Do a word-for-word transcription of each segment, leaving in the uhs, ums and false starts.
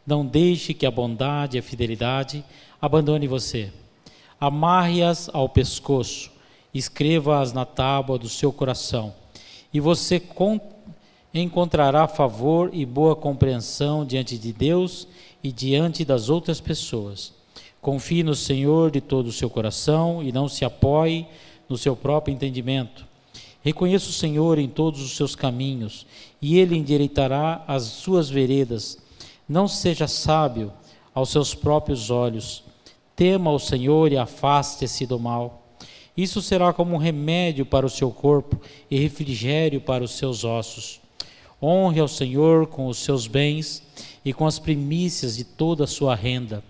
Não deixe que a bondade e a fidelidade abandone você. Amarre-as ao pescoço, escreva-as na tábua do seu coração, e você con- encontrará favor e boa compreensão diante de Deus e diante das outras pessoas. Confie no Senhor de todo o seu coração e não se apoie no seu próprio entendimento. Reconheça o Senhor em todos os seus caminhos, e Ele endireitará as suas veredas. Não seja sábio aos seus próprios olhos. Tema o Senhor e afaste-se do mal. Isso será como um remédio para o seu corpo e refrigério para os seus ossos. Honre ao Senhor com os seus bens e com as primícias de toda a sua renda.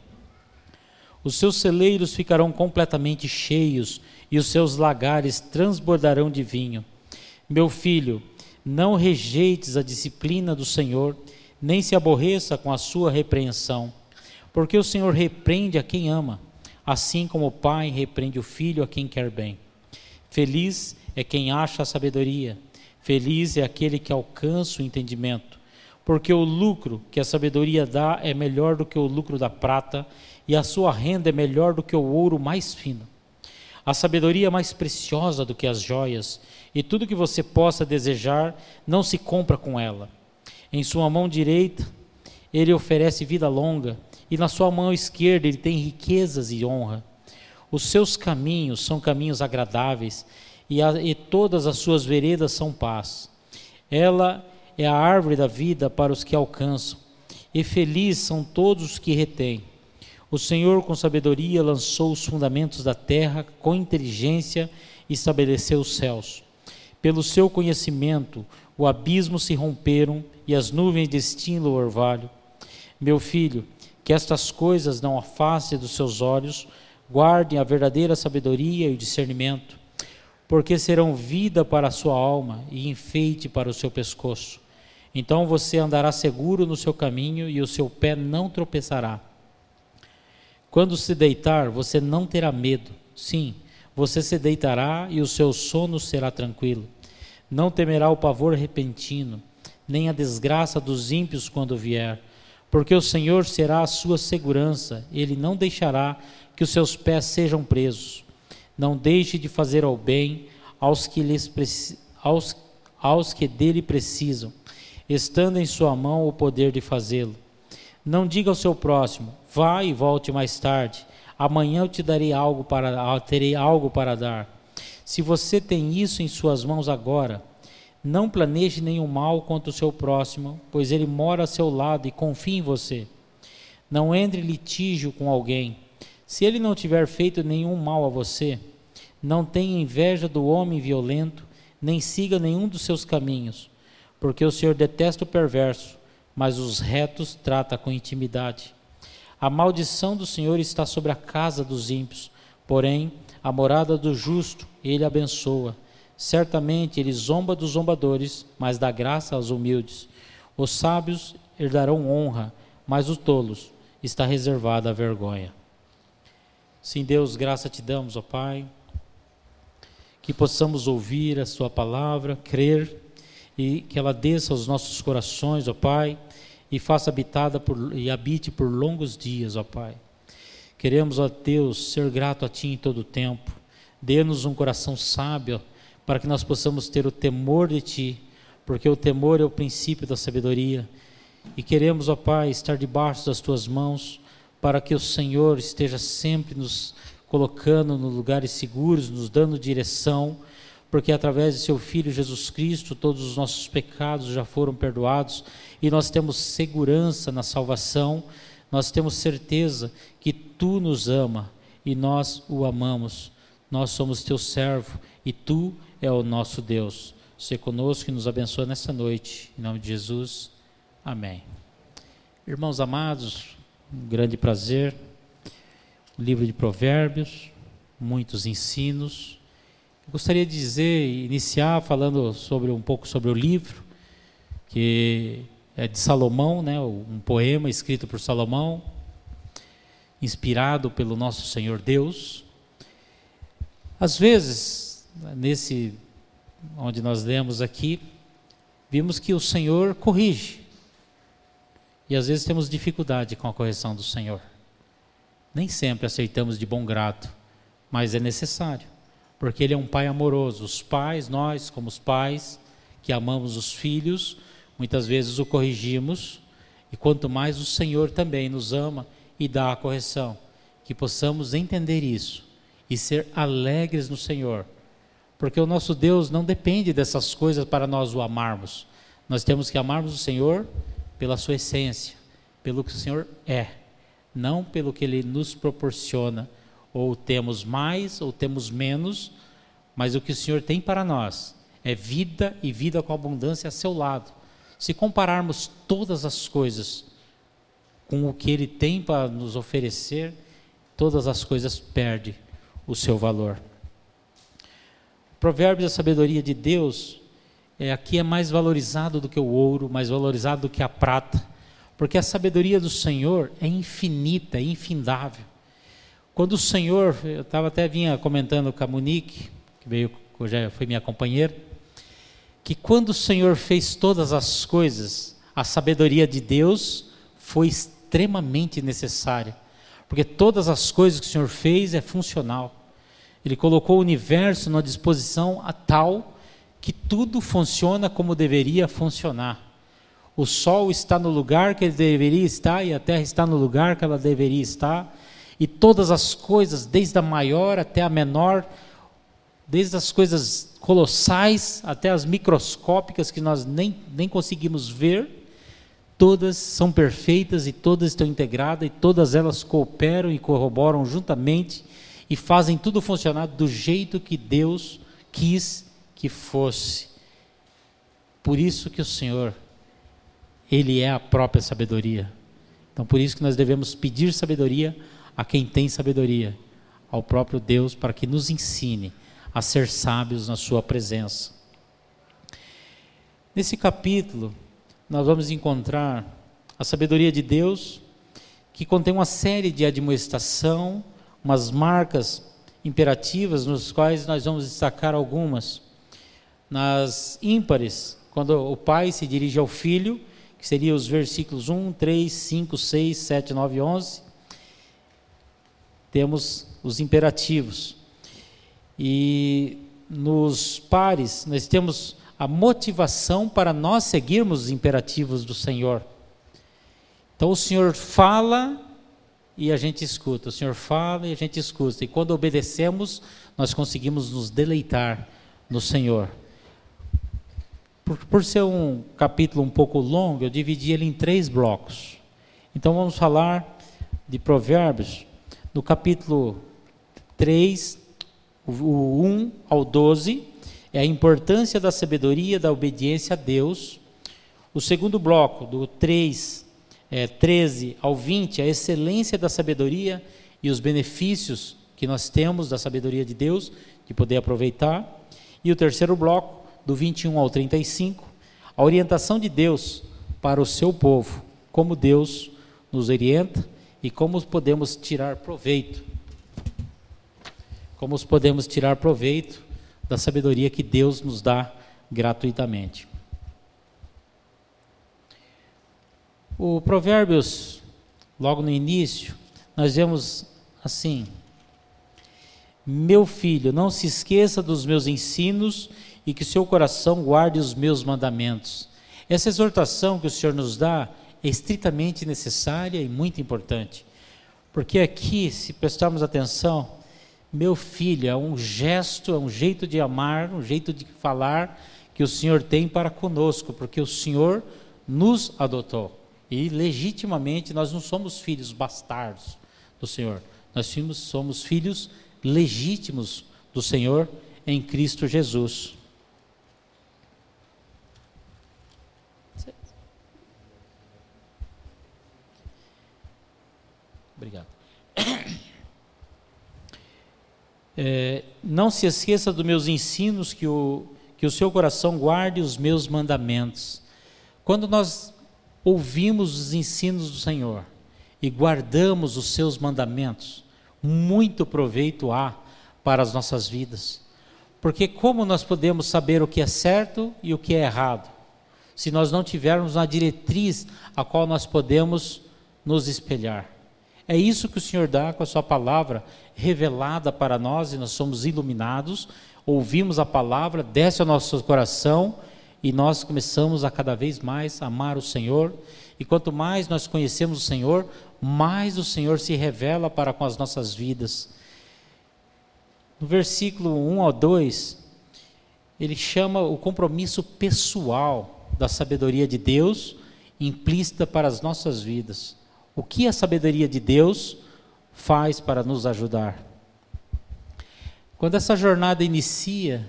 Os seus celeiros ficarão completamente cheios e os seus lagares transbordarão de vinho. Meu filho, não rejeites a disciplina do Senhor, nem se aborreça com a sua repreensão. Porque o Senhor repreende a quem ama, assim como o pai repreende o filho a quem quer bem. Feliz é quem acha a sabedoria, feliz é aquele que alcança o entendimento, porque o lucro que a sabedoria dá é melhor do que o lucro da prata, e a sua renda é melhor do que o ouro mais fino. A sabedoria é mais preciosa do que as joias, e tudo que você possa desejar não se compra com ela. Em sua mão direita ele oferece vida longa, e na sua mão esquerda ele tem riquezas e honra. Os seus caminhos são caminhos agradáveis, e, a, e todas as suas veredas são paz. Ela é a árvore da vida para os que alcançam, e felizes são todos os que retêm. O Senhor com sabedoria lançou os fundamentos da terra, com inteligência estabeleceu os céus. Pelo seu conhecimento, o abismo se romperam e as nuvens destilam o orvalho. Meu filho, que estas coisas não afastem dos seus olhos, guardem a verdadeira sabedoria e o discernimento, porque serão vida para a sua alma e enfeite para o seu pescoço. Então você andará seguro no seu caminho e o seu pé não tropeçará. Quando se deitar, você não terá medo. Sim, você se deitará e o seu sono será tranquilo. Não temerá o pavor repentino, nem a desgraça dos ímpios quando vier, porque o Senhor será a sua segurança, Ele não deixará que os seus pés sejam presos. Não deixe de fazer ao bem aos que, lhes, aos, aos que dele precisam, estando em sua mão o poder de fazê-lo. Não diga ao seu próximo, vá e volte mais tarde, amanhã eu te darei algo para, terei algo para dar. Se você tem isso em suas mãos agora, não planeje nenhum mal contra o seu próximo, pois ele mora a seu lado e confia em você. Não entre em litígio com alguém. Se ele não tiver feito nenhum mal a você, não tenha inveja do homem violento, nem siga nenhum dos seus caminhos, porque o Senhor detesta o perverso, mas os retos trata com intimidade. A maldição do Senhor está sobre a casa dos ímpios, porém a morada do justo ele abençoa. Certamente ele zomba dos zombadores, mas dá graça aos humildes. Os sábios herdarão honra, mas os tolos está reservada a vergonha. Sim, Deus, graça te damos, ó Pai, que possamos ouvir a sua palavra, crer, e que ela desça aos nossos corações, ó Pai, e faça habitada por, e habite por longos dias, ó Pai. Queremos, ó Deus, ser grato a Ti em todo o tempo. Dê-nos um coração sábio, para que nós possamos ter o temor de Ti, porque o temor é o princípio da sabedoria. E queremos, ó Pai, estar debaixo das Tuas mãos, para que o Senhor esteja sempre nos colocando nos lugares seguros, nos dando direção, porque através de Seu Filho Jesus Cristo, todos os nossos pecados já foram perdoados, e nós temos segurança na salvação, nós temos certeza que Tu nos ama, e nós o amamos. Nós somos Teu servo, e Tu é o nosso Deus. Seja conosco e nos abençoa nessa noite. Em nome de Jesus. Amém. Irmãos amados, um grande prazer. O livro de Provérbios, muitos ensinos. Eu gostaria de dizer, iniciar falando sobre um pouco sobre o livro, que é de Salomão, né? Um poema escrito por Salomão, inspirado pelo nosso Senhor Deus. Às vezes, nesse, onde nós lemos aqui, vimos que o Senhor corrige. E às vezes temos dificuldade com a correção do Senhor. Nem sempre aceitamos de bom grado, mas é necessário, porque Ele é um Pai amoroso. Os pais, nós como os pais, que amamos os filhos, muitas vezes o corrigimos, e quanto mais o Senhor também nos ama e dá a correção, que possamos entender isso e ser alegres no Senhor, porque o nosso Deus não depende dessas coisas para nós o amarmos. Nós temos que amarmos o Senhor pela sua essência, pelo que o Senhor é, não pelo que Ele nos proporciona, ou temos mais ou temos menos, mas o que o Senhor tem para nós é vida, e vida com abundância a seu lado. Se compararmos todas as coisas com o que Ele tem para nos oferecer, todas as coisas perdem o seu valor. O provérbio da sabedoria de Deus, é, aqui é mais valorizado do que o ouro, mais valorizado do que a prata, porque a sabedoria do Senhor é infinita, é infindável. Quando o Senhor, eu estava até vinha comentando com a Monique, que veio, já foi minha companheira, que quando o Senhor fez todas as coisas, a sabedoria de Deus foi extremamente necessária, porque todas as coisas que o Senhor fez é funcional. Ele colocou o universo na disposição a tal que tudo funciona como deveria funcionar. O sol está no lugar que ele deveria estar, e a terra está no lugar que ela deveria estar, e todas as coisas, desde a maior até a menor, desde as coisas colossais até as microscópicas que nós nem, nem conseguimos ver, todas são perfeitas e todas estão integradas, e todas elas cooperam e corroboram juntamente e fazem tudo funcionar do jeito que Deus quis que fosse. Por isso que o Senhor, Ele é a própria sabedoria. Então por isso que nós devemos pedir sabedoria a quem tem sabedoria, ao próprio Deus, para que nos ensine a ser sábios na sua presença. Nesse capítulo, nós vamos encontrar a sabedoria de Deus, que contém uma série de admoestação, umas marcas imperativas, nos quais nós vamos destacar algumas. Nas ímpares, quando o pai se dirige ao filho, que seriam os versículos um, três, cinco, seis, sete, nove e onze, temos os imperativos. E nos pares, nós temos a motivação para nós seguirmos os imperativos do Senhor. Então o Senhor fala e a gente escuta, o Senhor fala e a gente escuta, e quando obedecemos, nós conseguimos nos deleitar no Senhor. Por, por ser um capítulo um pouco longo, eu dividi ele em três blocos. Então vamos falar de Provérbios, no capítulo três, o um ao doze, é a importância da sabedoria, da obediência a Deus. O segundo bloco, do três, é, treze ao vinte, a excelência da sabedoria e os benefícios que nós temos da sabedoria de Deus, de poder aproveitar. E o terceiro bloco, do vinte e um ao trinta e cinco, a orientação de Deus para o seu povo, como Deus nos orienta e como podemos tirar proveito. Como podemos tirar proveito da sabedoria que Deus nos dá gratuitamente. O Provérbios, logo no início, nós vemos assim: meu filho, não se esqueça dos meus ensinos e que seu coração guarde os meus mandamentos. Essa exortação que o Senhor nos dá é estritamente necessária e muito importante, porque aqui, se prestarmos atenção, meu filho é um gesto, é um jeito de amar, um jeito de falar que o Senhor tem para conosco, porque o Senhor nos adotou, e legitimamente nós não somos filhos bastardos do Senhor, nós somos filhos legítimos do Senhor em Cristo Jesus. Obrigado. É, não se esqueça dos meus ensinos, que o, que o seu coração guarde os meus mandamentos. Quando nós ouvimos os ensinos do Senhor e guardamos os seus mandamentos, muito proveito há para as nossas vidas. Porque como nós podemos saber o que é certo e o que é errado? se nós não tivermos uma diretriz a qual nós podemos nos espelhar. É isso que o Senhor dá com a sua palavra revelada para nós, e nós somos iluminados, ouvimos a palavra, desce ao nosso coração, e nós começamos a cada vez mais amar o Senhor, e quanto mais nós conhecemos o Senhor, mais o Senhor se revela para com as nossas vidas. No versículo um ao dois, ele chama o compromisso pessoal da sabedoria de Deus implícita para as nossas vidas. O que a sabedoria de Deus faz para nos ajudar? Quando essa jornada inicia,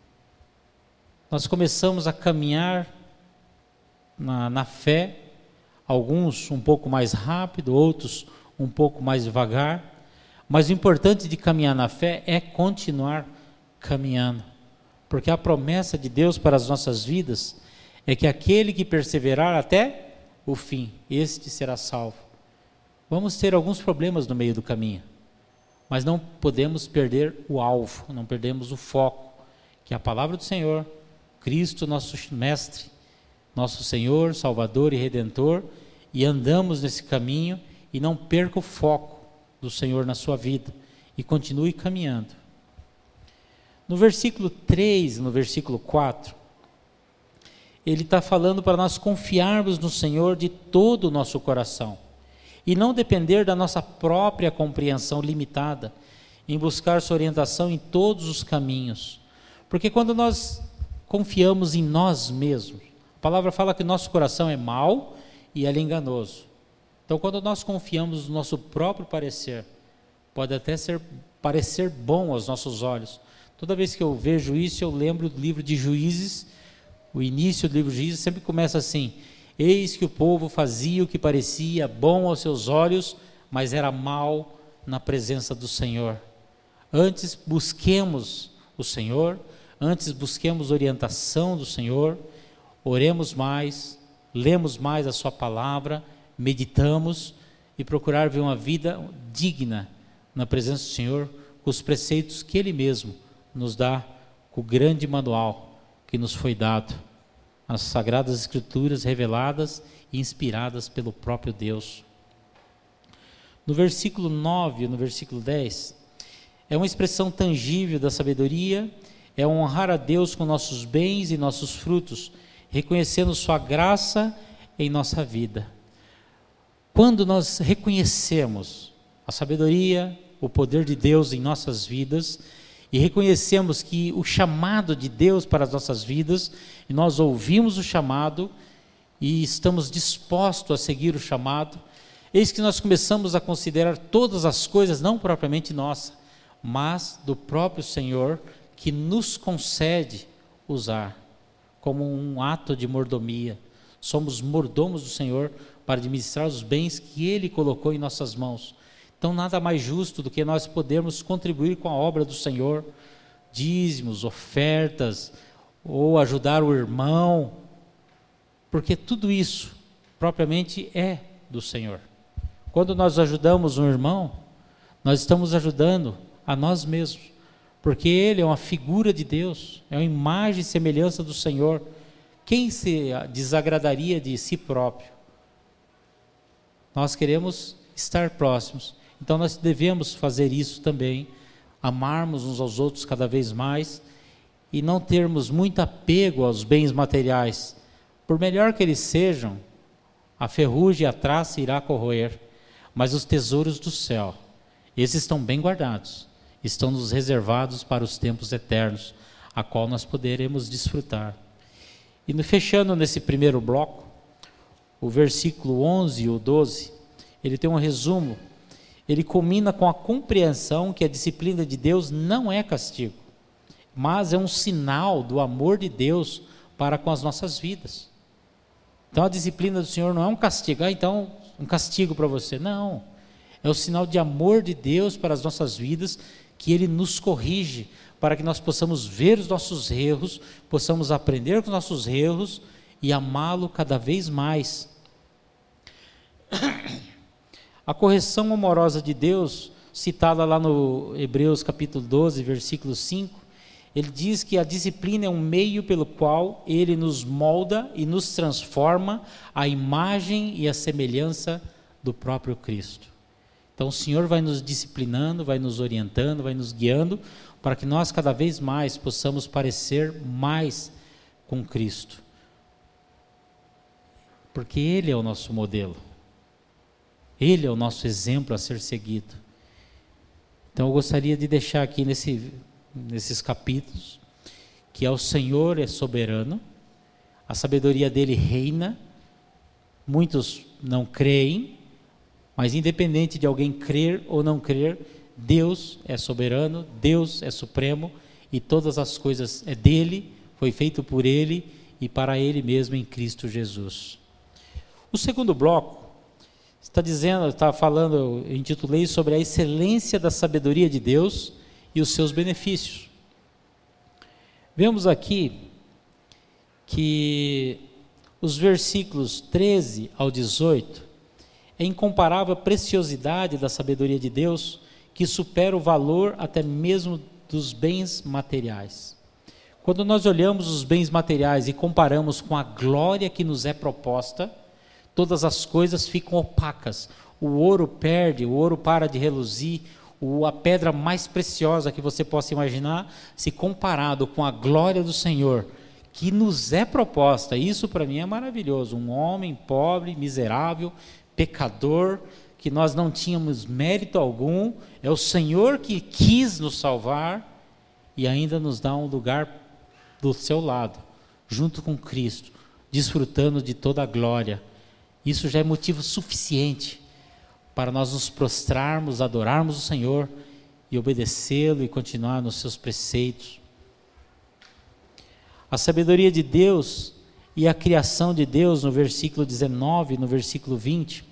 nós começamos a caminhar na, na fé, alguns um pouco mais rápido, outros um pouco mais devagar, mas o importante de caminhar na fé é continuar caminhando, porque a promessa de Deus para as nossas vidas é que aquele que perseverar até o fim, este será salvo. Vamos ter alguns problemas no meio do caminho, mas não podemos perder o alvo, não perdemos o foco, que é a palavra do Senhor, Cristo, nosso Mestre, nosso Senhor, Salvador e Redentor, e andamos nesse caminho e não perca o foco do Senhor na sua vida e continue caminhando. No versículo três, no versículo quatro, ele está falando para nós confiarmos no Senhor de todo o nosso coração e não depender da nossa própria compreensão limitada, em buscar sua orientação em todos os caminhos, porque quando nós confiamos em nós mesmos, a palavra fala que nosso coração é mau e ele é enganoso. Então, quando nós confiamos no nosso próprio parecer, pode até ser, parecer bom aos nossos olhos. Toda vez que eu vejo isso, eu lembro do livro de Juízes. O início do livro de Juízes sempre começa assim: eis que o povo fazia o que parecia bom aos seus olhos, mas era mal na presença do Senhor. Antes busquemos o Senhor, antes busquemos orientação do Senhor, oremos mais, lemos mais a sua palavra, meditamos e procurar ver uma vida digna na presença do Senhor, com os preceitos que Ele mesmo nos dá, com o grande manual que nos foi dado, as Sagradas Escrituras reveladas e inspiradas pelo próprio Deus. No versículo nove, no versículo dez, é uma expressão tangível da sabedoria, é honrar a Deus com nossos bens e nossos frutos, reconhecendo sua graça em nossa vida. Quando nós reconhecemos a sabedoria, o poder de Deus em nossas vidas, e reconhecemos que o chamado de Deus para as nossas vidas, e nós ouvimos o chamado, e estamos dispostos a seguir o chamado, eis que nós começamos a considerar todas as coisas, não propriamente nossa, mas do próprio Senhor, que nos concede usar, como um ato de mordomia. Somos mordomos do Senhor para administrar os bens que Ele colocou em nossas mãos. Então, nada mais justo do que nós podermos contribuir com a obra do Senhor, dízimos, ofertas, ou ajudar o irmão, porque tudo isso propriamente é do Senhor. Quando nós ajudamos um irmão, nós estamos ajudando a nós mesmos, porque ele é uma figura de Deus, é uma imagem e semelhança do Senhor. Quem se desagradaria de si próprio? Nós queremos estar próximos, então nós devemos fazer isso também, amarmos uns aos outros cada vez mais e não termos muito apego aos bens materiais. Por melhor que eles sejam, a ferrugem e a traça irá corroer, mas os tesouros do céu, esses estão bem guardados, estão nos reservados para os tempos eternos, a qual nós poderemos desfrutar. E no, fechando nesse primeiro bloco, o versículo onze e o doze, ele tem um resumo, ele culmina com a compreensão que a disciplina de Deus não é castigo, mas é um sinal do amor de Deus para com as nossas vidas. Então a disciplina do Senhor não é um castigo, ah, então um castigo para você, não, é o sinal de amor de Deus para as nossas vidas, que Ele nos corrige, para que nós possamos ver os nossos erros, possamos aprender com os nossos erros e amá-lo cada vez mais. A correção amorosa de Deus, citada lá no Hebreus capítulo doze, versículo cinco, Ele diz que a disciplina é um meio pelo qual ele nos molda e nos transforma à imagem e à semelhança do próprio Cristo. Então o Senhor vai nos disciplinando, vai nos orientando, vai nos guiando, para que nós cada vez mais possamos parecer mais com Cristo. Porque Ele é o nosso modelo. Ele é o nosso exemplo a ser seguido. Então eu gostaria de deixar aqui nesse... nesses capítulos, que é o Senhor é soberano, a sabedoria dele reina, muitos não creem, mas independente de alguém crer ou não crer, Deus é soberano, Deus é supremo, e todas as coisas é dele, foi feito por ele e para ele mesmo em Cristo Jesus. O segundo bloco está dizendo, está falando, eu intitulei sobre a excelência da sabedoria de Deus e os seus benefícios. Vemos aqui que os versículos treze ao dezoito é incomparável a preciosidade da sabedoria de Deus, que supera o valor até mesmo dos bens materiais. Quando nós olhamos os bens materiais e comparamos com a glória que nos é proposta, todas as coisas ficam opacas. O ouro perde, o ouro para de reluzir, a pedra mais preciosa que você possa imaginar, se comparado com a glória do Senhor, que nos é proposta. Isso para mim é maravilhoso. Um homem pobre, miserável, pecador, que nós não tínhamos mérito algum, é o Senhor que quis nos salvar e ainda nos dá um lugar do seu lado, junto com Cristo, desfrutando de toda a glória. Isso já é motivo suficiente para nós nos prostrarmos, adorarmos o Senhor e obedecê-lo e continuar nos seus preceitos. A sabedoria de Deus e a criação de Deus, no versículo dezenove, no versículo vinte,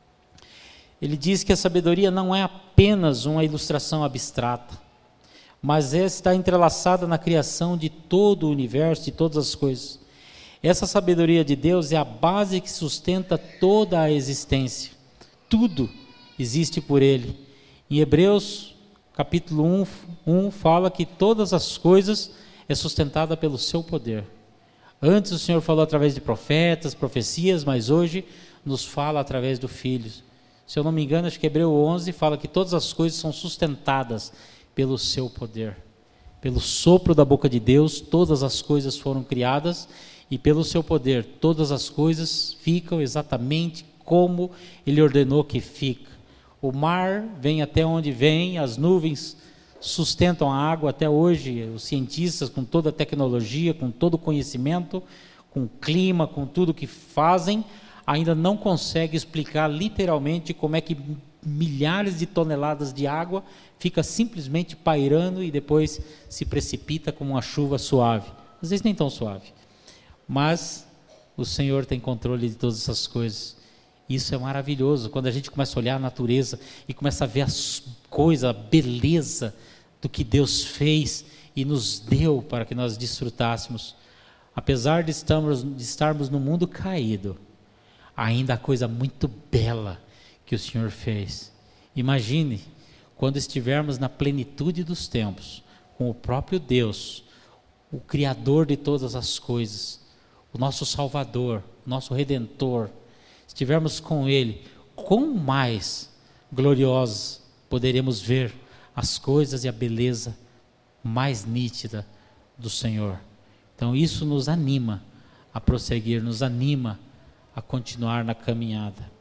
ele diz que a sabedoria não é apenas uma ilustração abstrata, mas é, está entrelaçada na criação de todo o universo, de todas as coisas. Essa sabedoria de Deus é a base que sustenta toda a existência. Tudo existe por Ele. Em Hebreus, capítulo um, um, fala que todas as coisas é sustentada pelo seu poder. Antes o Senhor falou através de profetas, profecias, mas hoje nos fala através do Filho. Se eu não me engano, acho que Hebreus onze fala que todas as coisas são sustentadas pelo seu poder. Pelo sopro da boca de Deus, todas as coisas foram criadas e pelo seu poder, todas as coisas ficam exatamente como Ele ordenou que fica. O mar vem até onde vem, as nuvens sustentam a água até hoje. Os cientistas, com toda a tecnologia, com todo o conhecimento, com o clima, com tudo que fazem, ainda não conseguem explicar literalmente como é que milhares de toneladas de água fica simplesmente pairando e depois se precipita como uma chuva suave. Às vezes nem tão suave. Mas o Senhor tem controle de todas essas coisas. Isso é maravilhoso, quando a gente começa a olhar a natureza e começa a ver as coisas, a beleza do que Deus fez e nos deu para que nós desfrutássemos. Apesar de estarmos, de estarmos no mundo caído, ainda há coisa muito bela que o Senhor fez. Imagine, quando estivermos na plenitude dos tempos, com o próprio Deus, o Criador de todas as coisas, o nosso Salvador, o nosso Redentor, estivermos com Ele, quão mais gloriosos poderemos ver as coisas e a beleza mais nítida do Senhor. Então isso nos anima a prosseguir, nos anima a continuar na caminhada.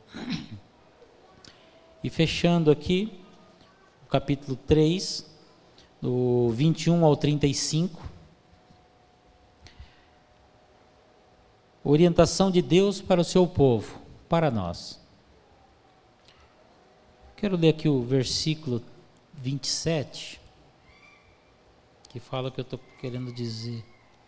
E fechando aqui, o capítulo três, do vinte e um ao trinta e cinco, orientação de Deus para o seu povo, para nós. Quero ler aqui o versículo vinte e sete, que fala o que eu estou querendo dizer.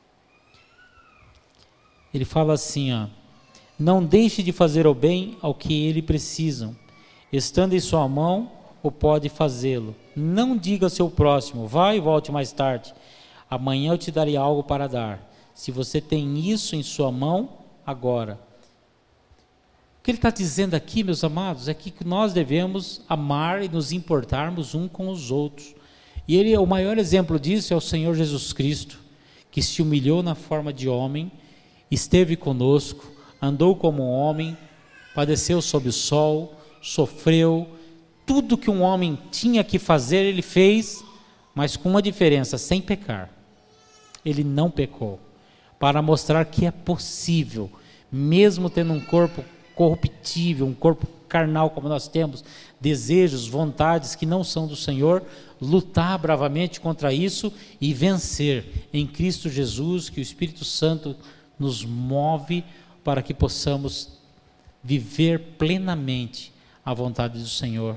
Ele fala assim, ó: não deixe de fazer o bem ao que ele precisam, estando em sua mão, ou pode fazê-lo. Não diga ao seu próximo, vai e volte mais tarde, amanhã eu te darei algo para dar, se você tem isso em sua mão agora. O que ele está dizendo aqui, meus amados, é que nós devemos amar e nos importarmos um com os outros. E ele, o maior exemplo disso é o Senhor Jesus Cristo, que se humilhou na forma de homem, esteve conosco, andou como um homem, padeceu sob o sol, sofreu, tudo que um homem tinha que fazer ele fez, mas com uma diferença, sem pecar. Ele não pecou, para mostrar que é possível, mesmo tendo um corpo corruptível, um corpo carnal como nós temos, desejos, vontades que não são do Senhor, lutar bravamente contra isso e vencer em Cristo Jesus, que o Espírito Santo nos move para que possamos viver plenamente a vontade do Senhor.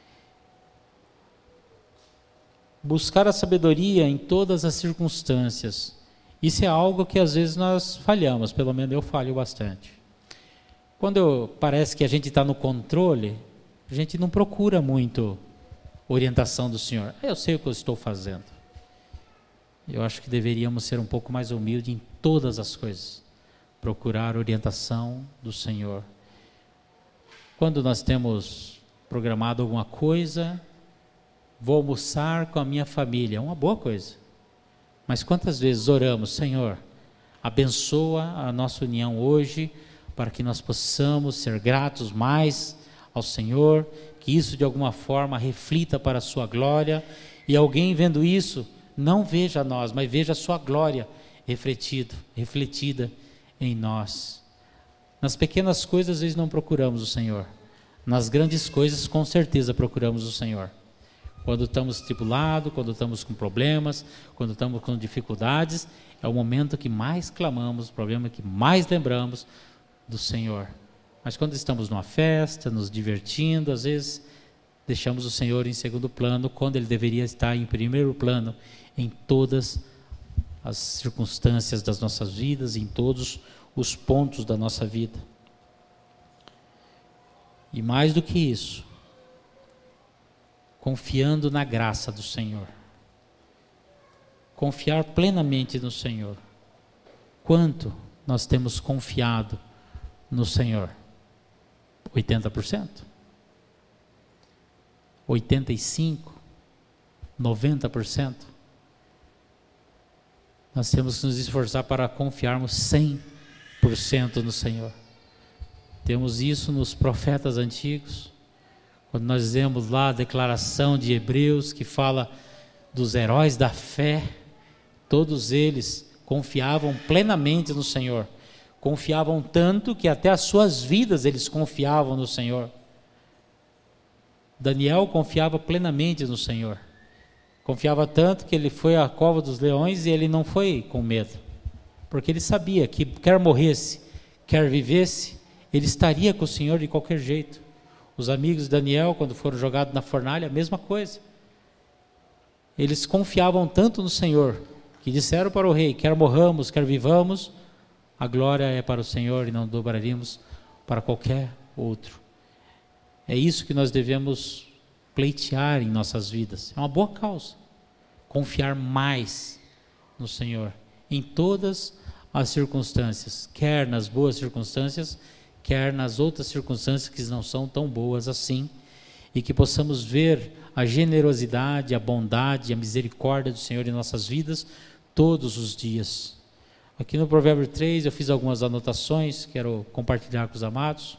Buscar a sabedoria em todas as circunstâncias. Isso é algo que às vezes nós falhamos, pelo menos eu falho bastante. Quando eu, parece que a gente está no controle, a gente não procura muito orientação do Senhor. Eu sei o que eu estou fazendo. Eu acho que deveríamos ser um pouco mais humildes em todas as coisas. Procurar orientação do Senhor. Quando nós temos programado alguma coisa, vou almoçar com a minha família, é uma boa coisa. Mas quantas vezes oramos, Senhor, abençoa a nossa união hoje, para que nós possamos ser gratos mais ao Senhor, que isso de alguma forma reflita para a sua glória, e alguém vendo isso, não veja nós, mas veja a sua glória refletido, refletida em nós. Nas pequenas coisas, às vezes não procuramos o Senhor. Nas grandes coisas, com certeza procuramos o Senhor. Quando estamos tribulados, quando estamos com problemas, quando estamos com dificuldades, é o momento que mais clamamos, o problema que mais lembramos do Senhor. Mas quando estamos numa festa, nos divertindo, às vezes deixamos o Senhor em segundo plano, quando Ele deveria estar em primeiro plano em todas as circunstâncias das nossas vidas, em todos os pontos da nossa vida. E mais do que isso, confiando na graça do Senhor. Confiar plenamente no Senhor. Quanto nós temos confiado no Senhor? oitenta por cento? oitenta e cinco por cento? noventa por cento? Nós temos que nos esforçar para confiarmos cem por cento no Senhor. Temos isso nos profetas antigos, quando nós vemos lá a declaração de Hebreus, que fala dos heróis da fé, todos eles confiavam plenamente no Senhor, confiavam tanto que até as suas vidas eles confiavam no Senhor. Daniel confiava plenamente no Senhor, confiava tanto que ele foi à cova dos leões e ele não foi com medo, porque ele sabia que quer morresse, quer vivesse, ele estaria com o Senhor de qualquer jeito. Os amigos de Daniel, quando foram jogados na fornalha, a mesma coisa. Eles confiavam tanto no Senhor, que disseram para o rei, quer morramos, quer vivamos, a glória é para o Senhor e não dobraríamos para qualquer outro. É isso que nós devemos pleitear em nossas vidas. É uma boa causa. Confiar mais no Senhor, em todas as circunstâncias, quer nas boas circunstâncias, quer nas outras circunstâncias que não são tão boas assim, e que possamos ver a generosidade, a bondade, a misericórdia do Senhor em nossas vidas todos os dias. Aqui no Provérbio três eu fiz algumas anotações, quero compartilhar com os amados.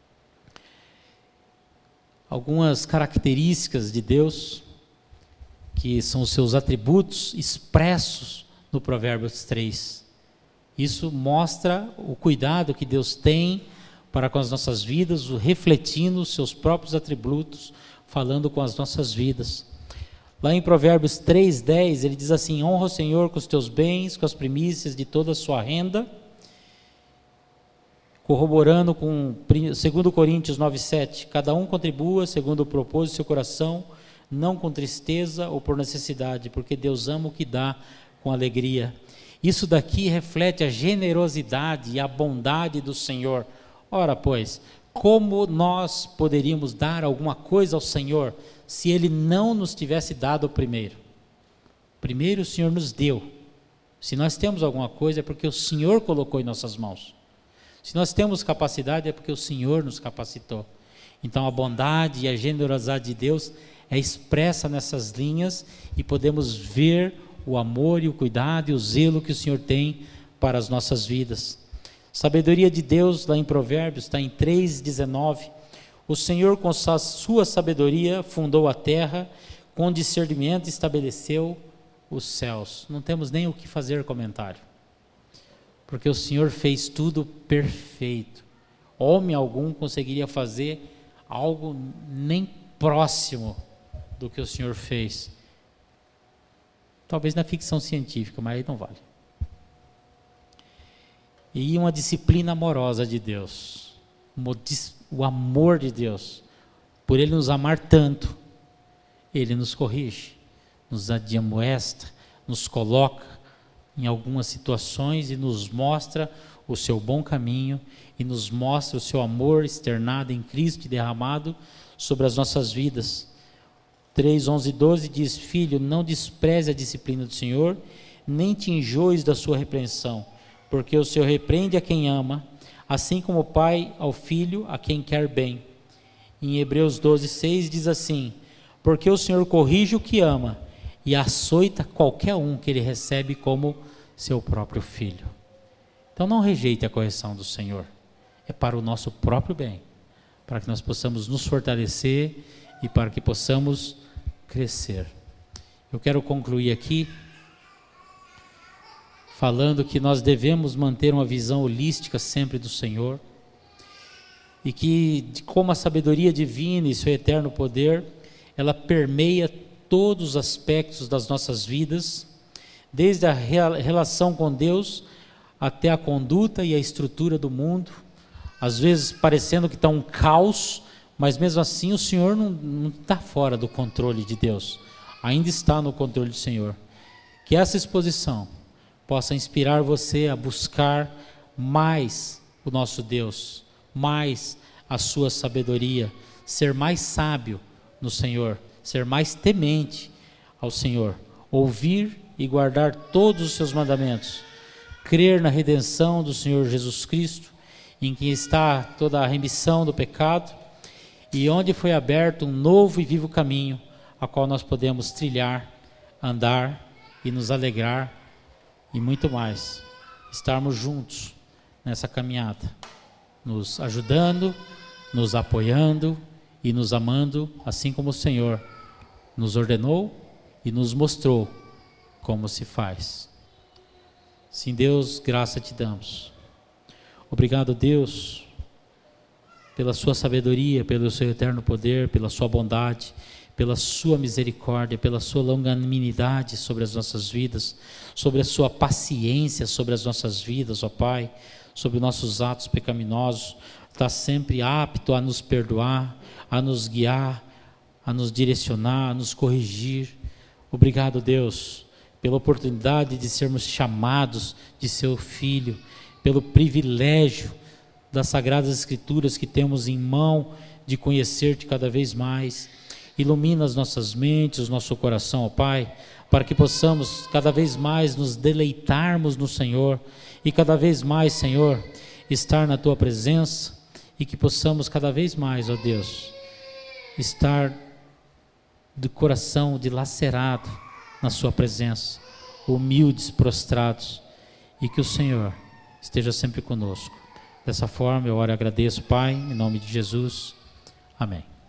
Algumas características de Deus, que são os seus atributos expressos no Provérbios três. Isso mostra o cuidado que Deus tem para com as nossas vidas, refletindo os seus próprios atributos, falando com as nossas vidas. Lá em Provérbios três, dez, ele diz assim: honra o Senhor com os teus bens, com as primícias de toda a sua renda, corroborando com segundo Coríntios nove, sete, cada um contribua segundo o propósito do seu coração, não com tristeza ou por necessidade, porque Deus ama o que dá com alegria. Isso daqui reflete a generosidade e a bondade do Senhor. Ora, pois, como nós poderíamos dar alguma coisa ao Senhor se Ele não nos tivesse dado primeiro? Primeiro o Senhor nos deu. Se nós temos alguma coisa é porque o Senhor colocou em nossas mãos. Se nós temos capacidade é porque o Senhor nos capacitou. Então a bondade e a generosidade de Deus é expressa nessas linhas e podemos ver o amor e o cuidado e o zelo que o Senhor tem para as nossas vidas. Sabedoria de Deus, lá em Provérbios, está em três, dezenove. O Senhor com a sua sabedoria fundou a terra, com discernimento estabeleceu os céus. Não temos nem o que fazer comentário, porque o Senhor fez tudo perfeito. Homem algum conseguiria fazer algo nem próximo do que o Senhor fez. Talvez na ficção científica, mas aí não vale. E uma disciplina amorosa de Deus, o amor de Deus, por Ele nos amar tanto, Ele nos corrige, nos admoesta, nos coloca em algumas situações e nos mostra o seu bom caminho e nos mostra o seu amor externado em Cristo e derramado sobre as nossas vidas. três, onze e doze diz: Filho, não despreze a disciplina do Senhor, nem te enjoes da sua repreensão, porque o Senhor repreende a quem ama, assim como o pai ao filho, a quem quer bem. Em Hebreus doze, seis diz assim: porque o Senhor corrige o que ama e açoita qualquer um que ele recebe como seu próprio filho. Então não rejeite a correção do Senhor, é para o nosso próprio bem, para que nós possamos nos fortalecer e para que possamos crescer. Eu quero concluir aqui falando que nós devemos manter uma visão holística sempre do Senhor e que, como a sabedoria divina e seu eterno poder, ela permeia todos os aspectos das nossas vidas, desde a relação com Deus até a conduta e a estrutura do mundo, às vezes parecendo que está um caos, mas mesmo assim o Senhor não está fora do controle de Deus, ainda está no controle do Senhor. Que essa exposição possa inspirar você a buscar mais o nosso Deus, mais a sua sabedoria, ser mais sábio no Senhor, ser mais temente ao Senhor, ouvir e guardar todos os seus mandamentos, crer na redenção do Senhor Jesus Cristo, em que está toda a remissão do pecado e onde foi aberto um novo e vivo caminho, a qual nós podemos trilhar, andar e nos alegrar e muito mais, estarmos juntos nessa caminhada, nos ajudando, nos apoiando e nos amando, assim como o Senhor nos ordenou e nos mostrou como se faz. Sim, Deus, graça te damos. Obrigado, Deus, pela sua sabedoria, pelo seu eterno poder, pela sua bondade, pela sua misericórdia, pela sua longanimidade sobre as nossas vidas, sobre a sua paciência sobre as nossas vidas, ó Pai, sobre nossos atos pecaminosos. Está sempre apto a nos perdoar, a nos guiar, a nos direcionar, a nos corrigir. Obrigado, Deus, pela oportunidade de sermos chamados de seu Filho, pelo privilégio das Sagradas Escrituras que temos em mão de conhecer-te cada vez mais. Ilumina as nossas mentes, o nosso coração, ó Pai, para que possamos cada vez mais nos deleitarmos no Senhor e cada vez mais, Senhor, estar na Tua presença e que possamos cada vez mais, ó Deus, estar de coração dilacerado na Sua presença, humildes, prostrados, e que o Senhor esteja sempre conosco. Dessa forma eu oro e agradeço, Pai, em nome de Jesus. Amém.